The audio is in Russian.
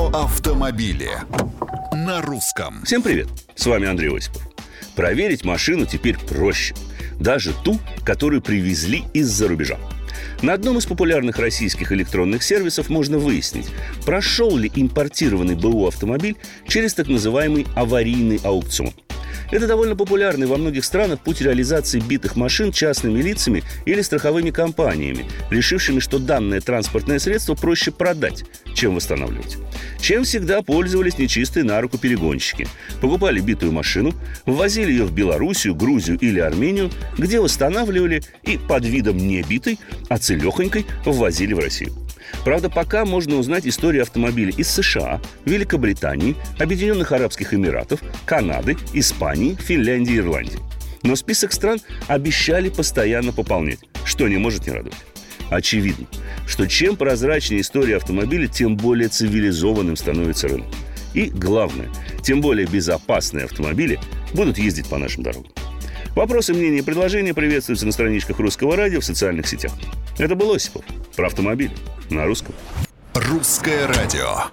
автомобили на русском. Всем привет, с вами Андрей Осипов. Проверить машину теперь проще. Даже ту, которую привезли из-за рубежа. На одном из популярных российских электронных сервисов можно выяснить, прошел ли импортированный БУ автомобиль через так называемый аварийный аукцион. Это довольно популярный во многих странах путь реализации битых машин частными лицами или страховыми компаниями, решившими, что данное транспортное средство проще продать, чем восстанавливать. Чем всегда пользовались нечистые на руку перегонщики. Покупали битую машину, ввозили ее в Белоруссию, Грузию или Армению, где восстанавливали и под видом не битой, а целехонькой ввозили в Россию. Правда, пока можно узнать историю автомобиля из США, Великобритании, Объединенных Арабских Эмиратов, Канады, Испании, Финляндии и Ирландии. Но список стран обещали постоянно пополнять, что не может не радовать. Очевидно, что чем прозрачнее история автомобиля, тем более цивилизованным становится рынок. И главное, тем более безопасные автомобили будут ездить по нашим дорогам. Вопросы, мнения и предложения приветствуются на страничках Русского радио в социальных сетях. Это был Осипов про автомобили на русском. Русское радио.